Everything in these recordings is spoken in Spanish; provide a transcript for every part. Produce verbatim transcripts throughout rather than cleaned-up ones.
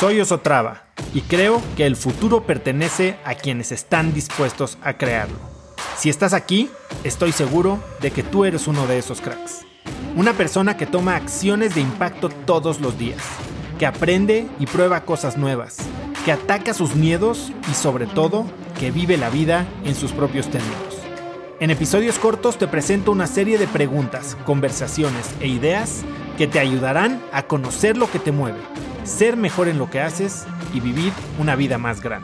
Soy Osotrava y creo que el futuro pertenece a quienes están dispuestos a crearlo. Si estás aquí, estoy seguro de que tú eres uno de esos cracks. Una persona que toma acciones de impacto todos los días, que aprende y prueba cosas nuevas, que ataca sus miedos y sobre todo, que vive la vida en sus propios términos. En episodios cortos te presento una serie de preguntas, conversaciones e ideas que te ayudarán a conocer lo que te mueve, ser mejor en lo que haces y vivir una vida más grande.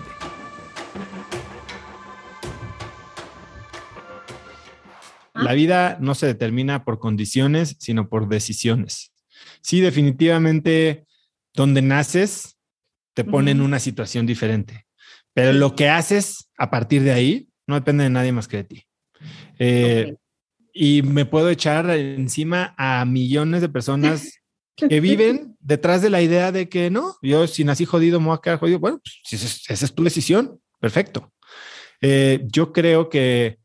La vida no se determina por condiciones, sino por decisiones. Sí, definitivamente, donde naces te pone en una situación diferente, pero lo que haces a partir de ahí no depende de nadie más que de ti. Eh, okay. Y me puedo echar encima a millones de personas que viven detrás de la idea de que no, yo si nací jodido me voy a quedar jodido. Bueno, pues si esa, esa es tu decisión, perfecto. Eh, yo creo que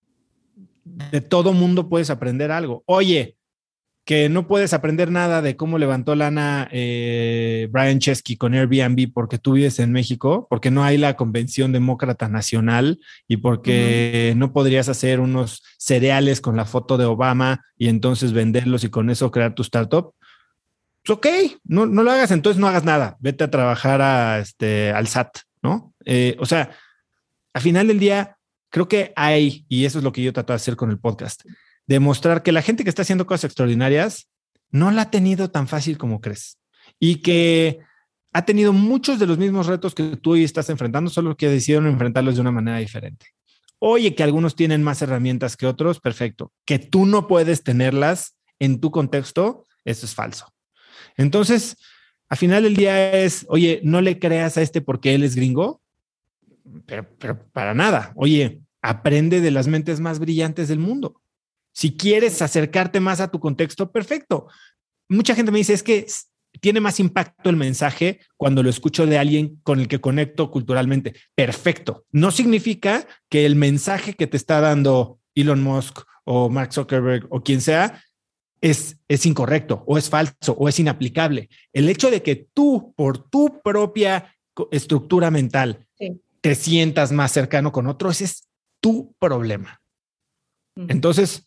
de todo mundo puedes aprender algo. Oye, que no puedes aprender nada de cómo levantó lana eh, Brian Chesky con Airbnb porque tú vives en México, porque no hay la convención demócrata nacional y porque uh-huh. no podrías hacer unos cereales con la foto de Obama y entonces venderlos y con eso crear tu startup. Pues ok, no, no lo hagas, entonces no hagas nada. Vete a trabajar a, este, al S A T, ¿no? Eh, o sea, al final del día, creo que hay, y eso es lo que yo trato de hacer con el podcast, demostrar que la gente que está haciendo cosas extraordinarias no la ha tenido tan fácil como crees y que ha tenido muchos de los mismos retos que tú hoy estás enfrentando, solo que decidieron enfrentarlos de una manera diferente. Oye, que algunos tienen más herramientas que otros, perfecto. Que tú no puedes tenerlas en tu contexto, eso es falso. Entonces, al final del día es, oye, no le creas a este porque él es gringo, pero, pero para nada. Oye, aprende de las mentes más brillantes del mundo. Si quieres acercarte más a tu contexto, perfecto. Mucha gente me dice, es que tiene más impacto el mensaje cuando lo escucho de alguien con el que conecto culturalmente. Perfecto. No significa que el mensaje que te está dando Elon Musk o Mark Zuckerberg o quien sea es, es incorrecto o es falso o es inaplicable. El hecho de que tú, por tu propia estructura mental, sí, te sientas más cercano con otro, ese es tu problema. Uh-huh. Entonces,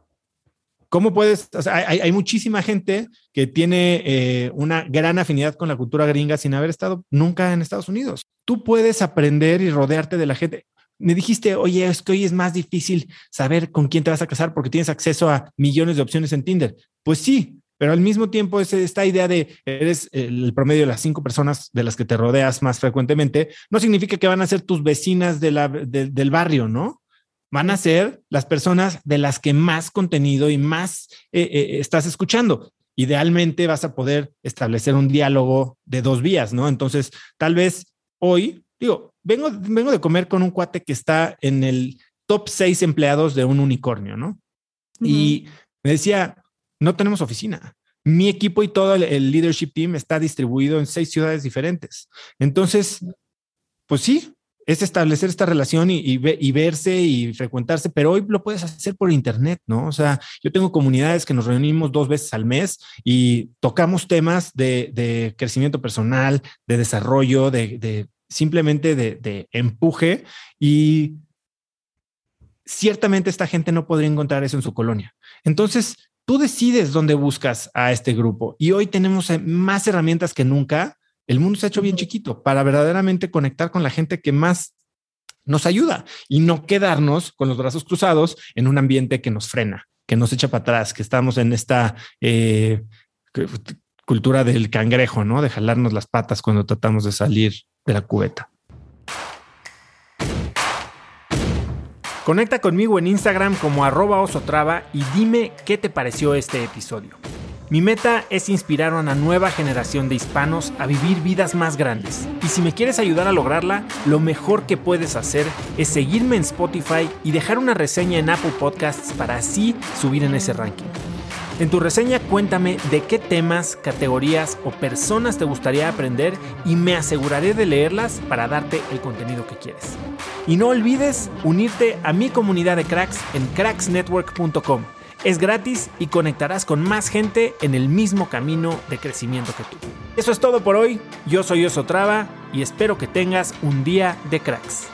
¿cómo puedes? O sea, hay, hay muchísima gente que tiene eh, una gran afinidad con la cultura gringa sin haber estado nunca en Estados Unidos. Tú puedes aprender y rodearte de la gente. Me dijiste, oye, es que hoy es más difícil saber con quién te vas a casar porque tienes acceso a millones de opciones en Tinder. Pues sí, pero al mismo tiempo es esta idea de eres el promedio de las cinco personas de las que te rodeas más frecuentemente, no significa que van a ser tus vecinas de la, de, del barrio, ¿no? Van a ser las personas de las que más contenido y más eh, eh, estás escuchando. Idealmente vas a poder establecer un diálogo de dos vías, ¿no? Entonces, tal vez hoy, digo, vengo, vengo de comer con un cuate que está en el top seis empleados de un unicornio, ¿no? Uh-huh. Y me decía, no tenemos oficina. Mi equipo y todo el, el leadership team está distribuido en seis ciudades diferentes. Entonces, pues sí, es establecer esta relación y, y, ve, y verse y frecuentarse, pero hoy lo puedes hacer por internet, ¿no? O sea, yo tengo comunidades que nos reunimos dos veces al mes y tocamos temas de, de crecimiento personal, de desarrollo, de, de simplemente de, de empuje, y ciertamente esta gente no podría encontrar eso en su colonia. Entonces, tú decides dónde buscas a este grupo y hoy tenemos más herramientas que nunca. El mundo se ha hecho bien chiquito para verdaderamente conectar con la gente que más nos ayuda y no quedarnos con los brazos cruzados en un ambiente que nos frena, que nos echa para atrás, que estamos en esta eh, cultura del cangrejo, ¿no? De jalarnos las patas cuando tratamos de salir de la cubeta. Conecta conmigo en Instagram como arroba osotrava y dime qué te pareció este episodio. Mi meta es inspirar a una nueva generación de hispanos a vivir vidas más grandes. Y si me quieres ayudar a lograrla, lo mejor que puedes hacer es seguirme en Spotify y dejar una reseña en Apple Podcasts para así subir en ese ranking. En tu reseña cuéntame de qué temas, categorías o personas te gustaría aprender y me aseguraré de leerlas para darte el contenido que quieres. Y no olvides unirte a mi comunidad de cracks en cracks network punto com. Es gratis y conectarás con más gente en el mismo camino de crecimiento que tú. Eso es todo por hoy. Yo soy Oso Traba y espero que tengas un día de cracks.